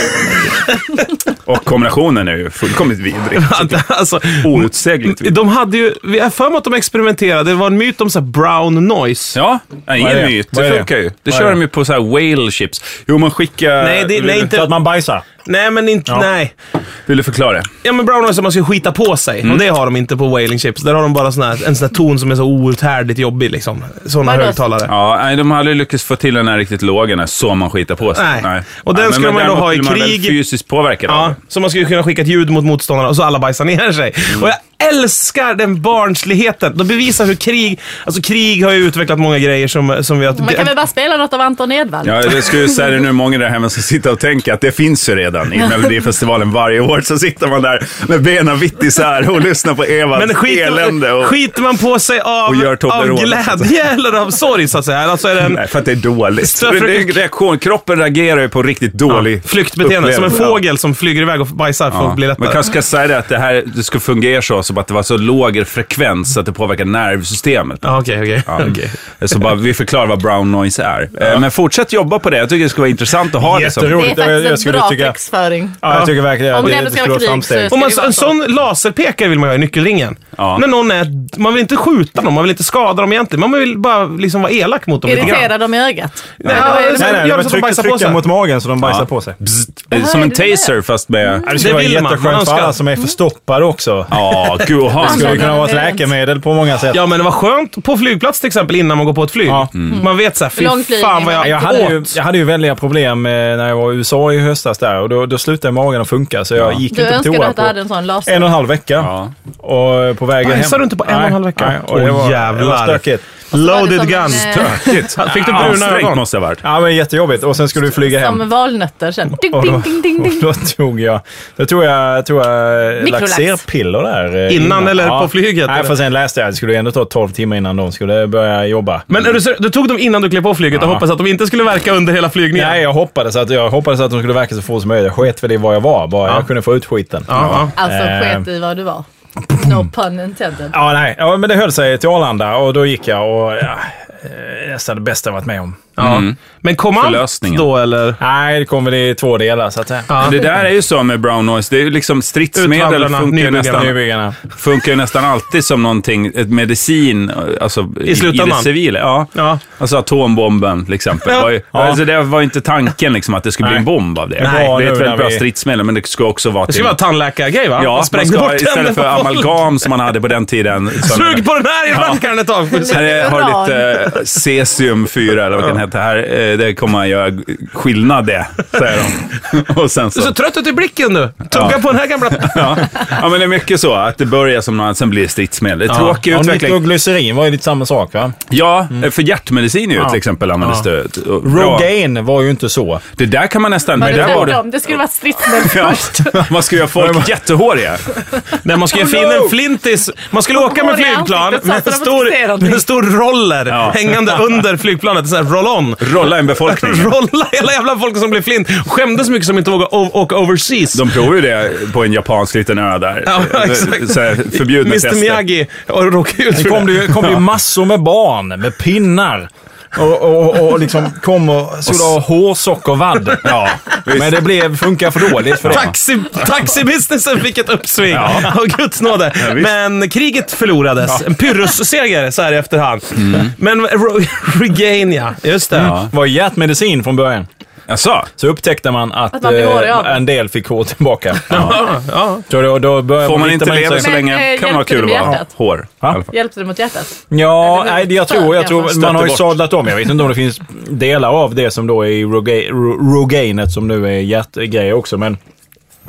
Och kombinationen är ju fullkomligt vidrig. Alltså, outsägligt. De hade ju... Vi har för mig att de experimenterade. Det var en myt om så här brown noise. Ja, ingen myt. Det, det funkar ju. Det kör de ju på så här whale chips. Jo, man skickar... Nej, det, nej inte... Så att man bajsar. Nej, men inte... Ja. Nej. Vill du förklara? Ja, men brown noise man ska skita på sig. Mm. Och det har de inte på whaling chips. Där har de bara sån här, en sån här ton som är så outhärdligt jobbig, liksom. Såna högtalare. Ja, nej, de hade lyckats få till den här riktigt låga när så man skiter på sig. Nej. nej. Och den nej, ska man då ha i krig. Fysiskt påverkad. Ja, så man skulle kunna skicka ett ljud mot motståndarna och så alla bajsar ner sig. Mm. Och jag älskar den barnsligheten. De bevisar hur krig... Alltså krig har ju utvecklat många grejer som, som vi har... Man kan väl bara spela något av Anton Edvall? Ja, det skulle säga det nu många där hemma som sitter och tänker att det finns ju redan i Melodifestivalen varje år. Så sitter man där med benen vitt isär och lyssnar på Evas men skit, elände. Och, skiter man på sig av, av glädje eller av sorg, så att säga? Alltså är det en... Nej, för att det är dåligt. Det är reaktion. Kroppen reagerar ju på riktigt dålig ja, flyktbeteende. Som en fågel ja. som flyger iväg och bajsar för ja. att bli lättare. Man kanske ska säga det att det här det ska fungera så som att det var så låg frekvens att det påverkar nervsystemet. Ja, okej, okej. Så bara vi förklarar vad brown noise är. Ja. Men fortsätt jobba på det. Jag tycker det skulle vara intressant att ha det som... Det är faktiskt en bra textföring. Ja, jag tycker verkligen om det, det, det ska vara krig så man, en sån laserpekare vill man ha i nyckelringen. Ja. När någon är... Man vill inte skjuta dem, man vill inte skada dem egentligen. Man vill bara liksom vara elak mot dem. Irritera dem i ögat. Nej, nej, nej, nej, nej trycka, trycka mot magen så de bajsar ja. på sig. Bzzt, som en taser fast med... Mm. Det skulle vara jätteskönt för alla som är förstoppade också. Ja, gud. Det skulle kunna vara ett läkemedel på många sätt. Ja, men det var skönt på flygplats till exempel innan man går på ett flyg. Ja. Mm. Man vet så här, fy fan vad jag, jag hade ju, jag hade ju väldiga problem när jag var i U S A i höstas där och då, då slutade magen att funka så jag ja. gick du inte på toa att du hade en sån laser. En och en halv vecka. Ja. Och på vägen hem. Bajsar du inte på en och en halv vecka? Nej, och det var, oh, jävlar. Det var stökigt. Loaded gun. Stökigt. Fick du bruna ögon? Måste ha varit. Ja, men jättejobbigt. Och sen skulle du flyga hem. Som valnötter sen. Ding, och då, ding, ding, ding. Och då tog jag, då tog jag, tog jag laxerpiller där. Innan, innan eller ja. på flyget? Nej, för sen läste jag att det skulle ändå ta tolv timmar innan de skulle börja jobba. Men är du, du tog dem innan du klev på flyget ja. och hoppades att de inte skulle verka under hela flygningen? Nej, jag hoppades att, jag hoppades att de skulle verka så fort som möjligt. Jag sket för det var jag var. Bara ja. jag kunde få ut skiten. Ja. Ja. Alltså sket i vad du var. No pun intended. Ja, nej. Ja, men det höll sig till Arlanda och då gick jag och ja, nästan det bästa jag varit med om. Ja. Mm. Men kom allt då eller? Nej, det kommer i två delar så att säga. Ja. Det där är ju så med brown noise. Det är ju liksom stridsmedel funkar nästan, funkar nästan alltid som någonting, ett medicin alltså i, i det civila. Ja. Ja. Alltså atombomben till exempel. Ja. Var ju, ja. Alltså, det var inte tanken liksom att det skulle bli en bomb av det. Nej. Det är ett väldigt bra vi... stridsmedel men det ska också vara till... Det ska vara tandläkargrej va? Ja, man ska, bort istället för amalgam som man hade på den tiden. Sug på den här i bankaren ett tag. Här har lite uh, cesium fyra eller vad kan det heta här. Det kommer man göra skillnad det, säger de. Och sen så... Du är så trött ut i blicken nu. Tugga ja. på den här gamla... ja. ja, men det är mycket så att det börjar som något, sen blir det stridsmedel. Det är ja. tråkig ja, utveckling. Och glycerin var ju lite samma sak va? Ja, mm. för hjärtmedicin ju ja. till exempel användes ja. det. Rogaine var ju inte så. Det där kan man nästan... Men det, där var det... det skulle vara stridsmedel först. Ja. Man skulle göra folk jättehåriga. Nej, man skulle oh, finna no. en flintis. Man skulle åka med flygplan med en stor, med en stor roller ja. hängande under flygplanet. Så här roll-on. Rolla en befolkning. Rolla hela jävla folk som blev flint. Skämdes mycket som inte vågade åka overseas. De provar ju det på en japansk liten ö där. Ja, exakt. Så här, förbjudna mister tester. Miyagi och råkade ut för det. Kom det kom ju massor med barn med pinnar. Och, och, och liksom kom och skulle ha hårsockervadd. Ja, men det blev funkar för dåligt för det. Taxi, taxibusinessen fick ett uppsving. Ja. Och guds nåde. Ja, men kriget förlorades. Ja. En pyrrhusseger så här i efterhand. Mm. Men Regain, ja, just det. Ja. Var hjärtmedicin från början. Jaså? Så upptäckte man att, att man eh, en del fick hår tillbaka. Ja. Ja. Så då, då får man inte leva så länge. Men, kan vara kul att vara hår. Ha? Hjälpte det mot hjärtat? Ja, nej, jag tror, jag tror man har ju sadlat om. Jag vet inte om det finns delar av det som då är i Rogainet som nu är hjärtgrejer också. Men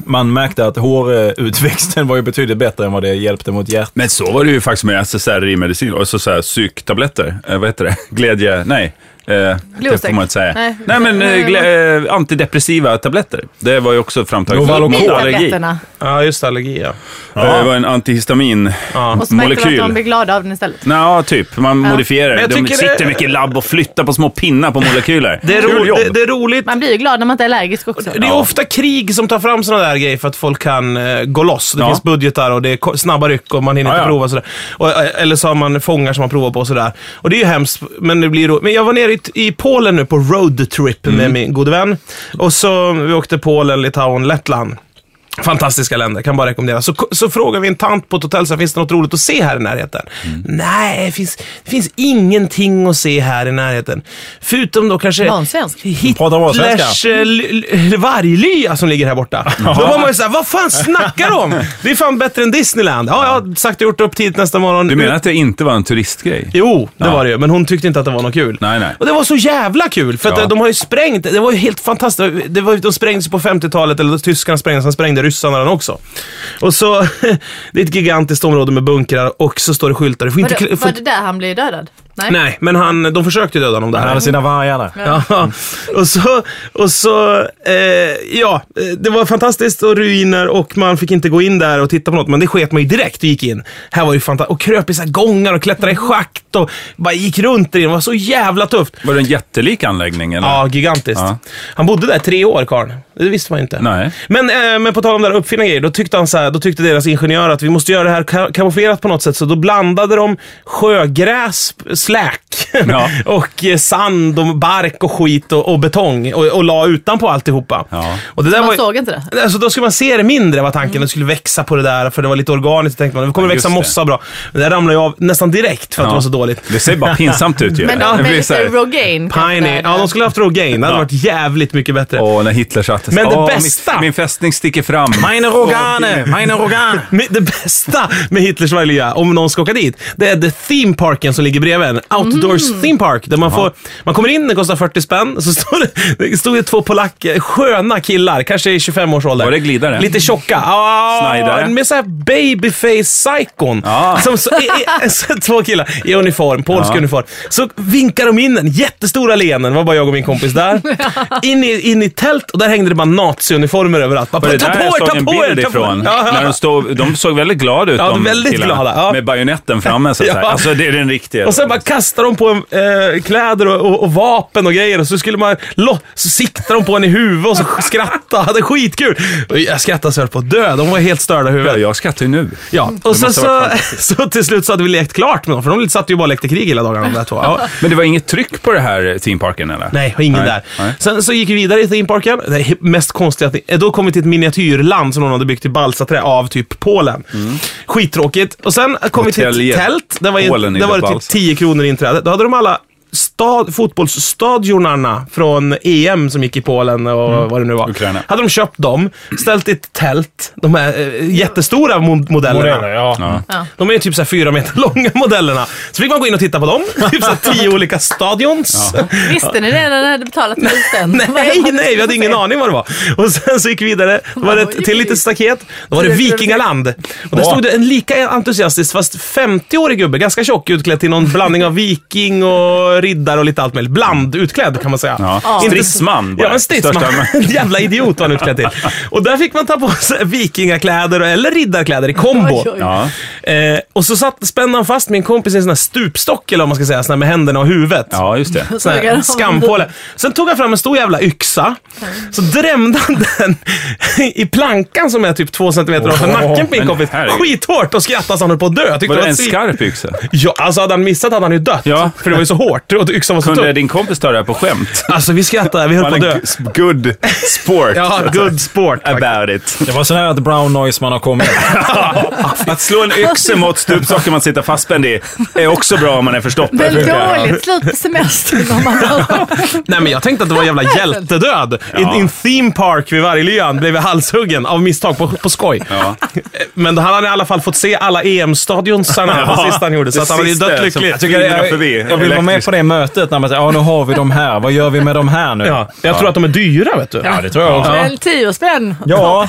man märkte att hårutväxten var ju betydligt bättre än vad det hjälpte mot hjärt. Men så var det ju faktiskt med S S R i medicin. Och så så här psyktabletter. Eh, vad heter det? Glädje... Nej. Eh, det får man inte säga. Nej, Nej men eh, glä, eh, antidepressiva tabletter. Det var ju också framtaget mot allergi. Ja, just allergi, ja. ja. Det var en antihistamin ja. Och så märkte man att de blir glada av den istället. Ja, typ. Man ja. modifierar det. De sitter det... mycket i labb och flyttar på små pinnar på molekyler. Det är, ro- det, det är roligt. Man blir ju glad när man inte är allergisk också. Det är ja. ofta krig som tar fram sådana där grejer för att folk kan uh, gå loss. Det ja. finns budgetar och det är snabba ryck och man hinner ja, inte ja. prova sådär. Och, eller så har man fångar som man provar på sådär. Och det är ju hemskt, men det blir ro- Men jag var nere i, i Polen nu på roadtrip mm. med min gode vän. Och så vi åkte Polen, Litauen, Lettland. Fantastiska länder, kan bara rekommendera. Så, så frågar vi en tant på ett hotell så finns det något roligt att se här i närheten. Mm. Nej, det finns, det finns ingenting att se här i närheten. Förutom då kanske Hitlers l- varglya som ligger här borta. Då var man ju såhär, vad fan snackar de om? Det är fan bättre än Disneyland. Ja, jag har sagt och gjort upp tid nästa morgon. Du menar att det inte var en turistgrej? Jo, det ja. var det ju. Men hon tyckte inte att det var något kul. Nej, nej. Och det var så jävla kul. För att ja. de har ju sprängt, det var ju helt fantastiskt. Det var, de sprängdes på femtiotalet, eller tyskarna sprängdes, sen sprängde ryssarna den också. Och så, det är ett gigantiskt område med bunkrar och så står det skyltar. Var, inte, det, var det där han blev dödad? Nej, Nej men han, de försökte döda honom där. Han hade sina vargar där. Ja. ja. Och så, och så eh, ja, det var fantastiskt och ruiner och man fick inte gå in där och titta på något, men det sket man ju direkt och gick in. Här var ju fantastiskt. Och kröp i så här gångar och klättrade i schakt och bara gick runt i. Det var så jävla tufft. Var det en jättelik anläggning? Eller? Ja, gigantiskt. Ja. Han bodde där tre år, Karl. Det visste man inte. Nej. Men, eh, men på tal om där uppfinna grejer, då tyckte han så här, då tyckte deras ingenjör att vi måste göra det här kam- kamouflerat på något sätt, så då blandade de sjögräs, släck ja. och eh, sand och bark och skit och, och betong och, och la utanpå alltihopa. Ja. Och det där man var, såg inte det. Alltså då skulle man se det mindre, var tanken. Mm. Det skulle växa på det där, för det var lite organiskt, tänkte man. Det kommer ja, växa mossa bra. Men det ramlade ju av nästan direkt för att ja. det var så dåligt. Det ser bara pinsamt ut ju. Men de med lite Rogaine. Piney. Ja, de skulle ha haft Rogaine. Det hade ja. varit jävligt mycket bättre. Åh, när Hitler sattes. Men det Åh, bästa... Min, min fästning sticker fram. Meine Rogane! Meine Rogane! Det bästa med Hitlers varglya, om någon ska åka dit, det är The Theme Parken som ligger bredvid en. Outdoors mm. Theme Park. Där man, får, man kommer in, det kostar fyrtio spänn. Så står det, det stod det två polacker, sköna killar, kanske i tjugofem års ålder. Var det glidare? Lite tjocka. Ah, Snajdare. Med så här babyface-psykon. Ah. Som så, i, i, så, två killar i uniform, polsk ah. uniform. Så vinkar de in en jättestora lenen. Det var bara jag och min kompis där. In i, in i tält, och där hängde det bara nazi-uniformer överallt. Bara, det ta på er, ta en på er, bild ifrån. Ja, ja. När de, stod, de såg väldigt glada ut. Ja, de väldigt glada. Ja. Med bajonetten framme, så att ja. Alltså det är den riktiga. Och sen bara kastar de på en, eh, kläder och, och, och vapen och grejer, och så skulle man lo- så siktar de på en i huvudet och så skratta. Det är skitkul. Och jag skrattade så på att dö. De var helt störda i huvudet. Ja, jag skrattar ju nu. Ja, och så, så, så till slut så hade vi lekt klart med dem, för de satt ju bara och lekte krig hela dagarna. De där två. Ja. Men det var inget tryck på det här themeparken, eller? Nej, ingen Nej. där. Nej. Sen så gick vi vidare i themeparken. Det är mest konstiga att då kom vi till ett miniatyrland som någon hade byggt i balsaträ av typ Polen. Mm. Skittråkigt. Och sen kom vi till ett tält. Det var, en, det var typ tio kronor inträde. Då hade de alla stad, fotbollsstadionarna från E M som gick i Polen och mm. vad det nu var. Ukraina. Hade de köpt dem, ställt i ett tält. De här äh, jättestora mo- modellerna. Modeller, ja. Ja. De är ju typ så här fyra meter långa modellerna. Så fick man gå in och titta på dem. Typ så här tio olika stadions. Ja. Visste ni det när ni hade betalat med den? Nej, nej, vi hade ingen aning vad det var. Och sen så gick vi vidare. Då var det till litet staket. Då var det Vikingaland. Och där stod det en lika entusiastisk fast femtio-årig gubbe, ganska tjock, utklädd till någon blandning av viking och riddare och lite allt möjligt. Bland utklädd kan man säga. Ja. Ja. Stridsman. Ja, en stridsman. En jävla idiot var han utklädd till. Och där fick man ta på sig vikingakläder eller riddarkläder i kombo. Oj, oj. Ja. Eh, och så satt spännan fast med en kompis i en sån här stupstock, eller vad man ska säga, sån här med händerna och huvudet. Ja, just det. Sån här skampåle. Sen tog han fram en stor jävla yxa. Så drämde han den i plankan som är typ två centimeter oh, av nacken på min kompis. Skithårt, och skrattade så han höll på att dö. Var det en skarp yxa? Ja, alltså hade han missat hade han ju dött. Ja. För det var ju så hårt. Och yxan var så Kunde tung. din kompis ta det här på skämt? Alltså vi skrattade, vi höll på att dö. Good sport. Ja, good sport. About it. Det var så nära att brown noise man har kommit. Att slå en yxa mot stupstocken man sitter fastspänd i är också bra om man är förstått. Väl dåligt slut på semestern. Nej, men jag tänkte att det var en jävla hjältedöd. Ja. I en theme park vid Varglyan blev vi halshuggen av misstag på, på skoj. Ja. Men då hade han i alla fall fått se alla E M-stadionsarna ja. Det sista han gjorde. Så att han var ju dött lycklig. Jag, jag, jag, jag vill vara med på det mötet mötet när man säger, ja nu har vi de här, vad gör vi med de här nu? Ja, jag tror att de är dyra, vet du. Ja, det tror jag också. Väl tio spänn. Ja.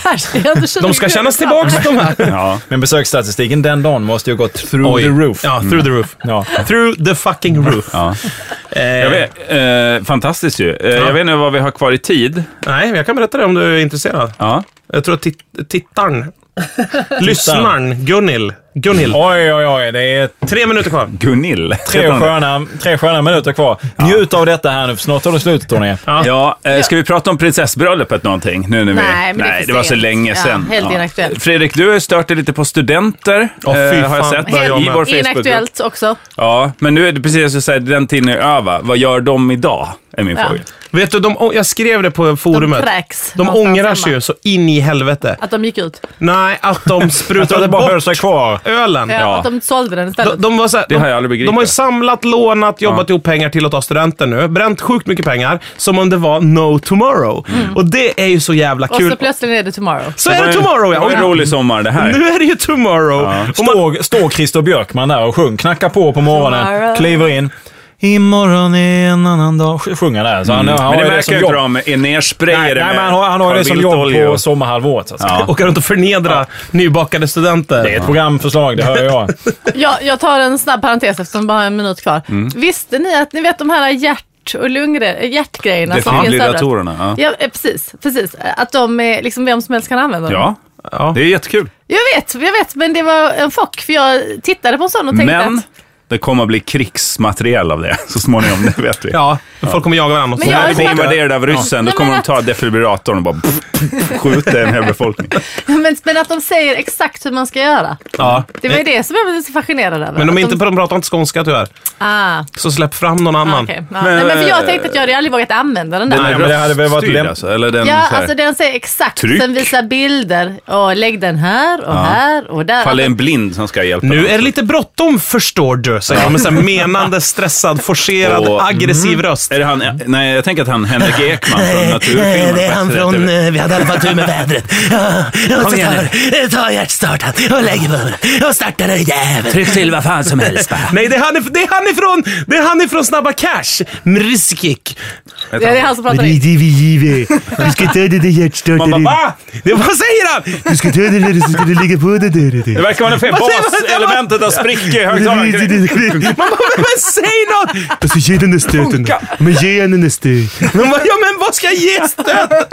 De ska kännas tillbaka de här. Ja. Men besöksstatistiken den dagen måste ju gå through Oj. the roof. Ja, through the roof. Ja. Through the fucking roof. Ja. Eh, Jag vet, eh, fantastiskt ju. Eh, Jag vet inte vad vi har kvar i tid. nej, jag kan berätta det om du är intresserad. Ja. Jag tror att tit- tittaren, lyssnaren, Gunnil, Gunnil. Oj, oj, oj. Det är Tre minuter kvar. Gunilla. tre sköna, tre sköna minuter kvar. Njut av detta här nu, för snart tar det slut, Tony. Ja, eh, ska vi prata om prinsessbröllopet någonting? Nu när vi... Nej, men det är för det var så sent. länge Ja, sedan. helt inaktuellt. Fredrik, du har stört dig lite på studenter. Åh, fy eh, har jag fan. sett Helt i vår Facebook. Inaktuellt också. Ja, men nu är det precis så att säga, den tiden är över. Vad gör de idag? Är min Ja. fråga. Vet du, de, jag skrev det på forumet. De kräks. De någonstans ångrar sig hemma. ju så in i helvete. Att de gick ut. Nej, att de Jag tror att sprutade det bara höll bort sig kvar. ölen. Ja, Ja. Att de sålde den istället. De, de, var så här, Det de, har jag aldrig begripit. de har ju samlat, lånat, jobbat ihop pengar till att ta studenten nu. Bränt sjukt mycket pengar. Som om det var no tomorrow. Och det är ju så jävla och kul. så plötsligt är det tomorrow. Så är det tomorrow, Det var en ja. rolig sommar det här. Nu är det ju tomorrow. Och man, Står, står Christer Björkman där och sjung, knackar på på morgonen, Tomorrow. kliver in. Imorgon är en annan dag. Sjunger där. Så han, han Men har det ju verkar som ju jobb. inte de är nersprayade Nej, nej, med men han har, han har ju det som Carl jobb Bildt-olja. på sommarhalvåret. Så att säga. Ja. åka runt och förnedra nybakade studenter. Det är ett programförslag, det hör jag. Jag, jag tar en snabb parentes eftersom bara har en minut kvar. Visste ni att ni vet de här hjärt- och lungre, hjärtgrejerna som finns överallt? Defibrillatorerna. Ja. Ja, eh, precis, precis. Att de är, liksom vem som helst kan använda dem. Ja, Ja. det är jättekul. Jag vet, jag vet, men det var en chock för jag tittade på en sån och tänkte Men att... det kommer att bli krigsmaterial av det så småningom, det vet vi. Ja, folk kommer jaga varandra. Men Så jag när har vi blir hört- invaderade av ryssen, då Nej, kommer men de ta defibrillatorn och bara pff, pff, skjuta en hel befolkning. Men, men att de säger exakt hur man ska göra. Ja. Det var ju det som jag var så fascinerad över. Men de, är Att inte, de pratar inte skånska tyvärr. Ah, Så släpp fram någon ah, annan. okej. Ja. Men, Nej, men för jag tänkte att jag hade aldrig vågat använda den där. Nej, men det hade väl varit Styrd, läm- alltså, eller den Ja, så här, alltså den säger exakt. Tryck. Sen visar bilder. Och lägg den här och här och där. fall är en blind som ska hjälpa Nu dem. är det lite bråttom, förstår du, säger de med så här menande, stressad, forcerad, Och- aggressiv röst. Är det han, nej, jag tänker att han Henrik Ekman från Naturfilmen. Det är han från, eh, vi hade i alla fall tur med vädret. Ja, och så igen tar, tar hjärtstarten och lägger på och startar den jäveln. Tryck till vad fan som helst bara. Nej, det är han, det är han ifrån, det är han ifrån Snabba Cash. Mriskik. Ja, det är han som pratar Det är in. det vi giver. Du ska ta det där Man hjärtstartaren. bara, va? Det, vad säger han? Du ska ta det där och så ska du lägga på det där. Det verkar vara en fel. Vad säger man? Baselementet har sprickit i högtalaren. Man bara, men säg något! Och så ge den där stöten. Men ge henne den där stöten. Men vad, ja, men vad ska jag ge stöt?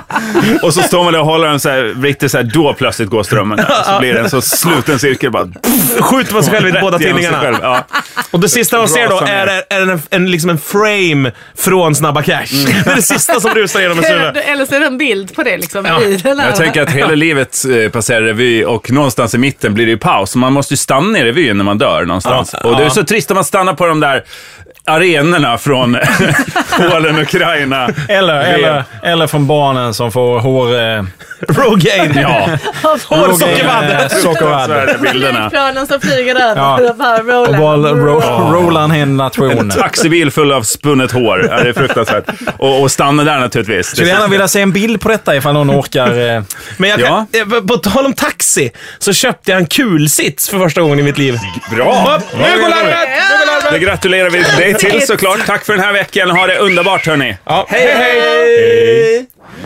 Och så står man där och håller den så här, riktigt så här, då plötsligt går strömmen där. Så blir det en så sluten cirkel bara. Skjuter man sig själv i rätt båda genom sig tidningarna. själv. Ja. Och det sista man ser då Rasar är, ner. är en, en, liksom en frame från Snabba Cash. Det är det sista som rusar genom ens huvud. Eller så är det en bild på det liksom. Ja. I den här. Jag tänker att hela livet eh, passerar revy och någonstans i mitten blir det ju paus. Man måste ju stanna i revyn när man dör någonstans. Ja. Och det är så trist om man stannar på de där arenorna från Polen, Ukraina. Eller, eller, eller från barnen som får hår... Eh, Rogaine. Ja, Hårsockervadd. sockervadd. så är det bilderna. Flygplanen som flyger över. Ja. Och bara Och rollar. bara ro, rollar en hel nation. En taxibil full av spunnet hår. Ja, det är fruktansvärt. Och, och stanna där naturligtvis. Skulle gärna vilja se en bild på detta ifall någon orkar... Eh, Men jag kan, eh, på tal om taxi så köpte jag en kulsits för första gången i mitt liv. Bra! Upp, nu går larmet! Nu går larmet! Det gratulerar vi dig till såklart. Tack för den här veckan. Ha det underbart hörni. Ja, hej, hej!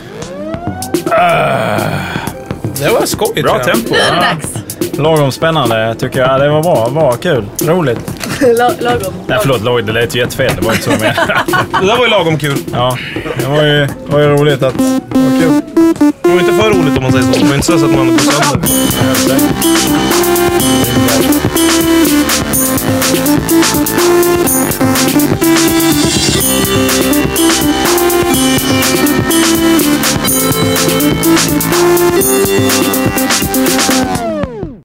Det var skojigt. Bra ja. tempo. Nu är det dags. lagom spännande tycker jag. Det var bra, var kul, roligt. La- lagom. Nej förlåt Lloyd, det lät ju jättefel. Det var inte så med. Det där var ju lagom kul. Ja, det var ju, var ju roligt att... Det var kul. Det var inte för roligt om man säger så. Det var inte så att man går sönder. We'll be right back.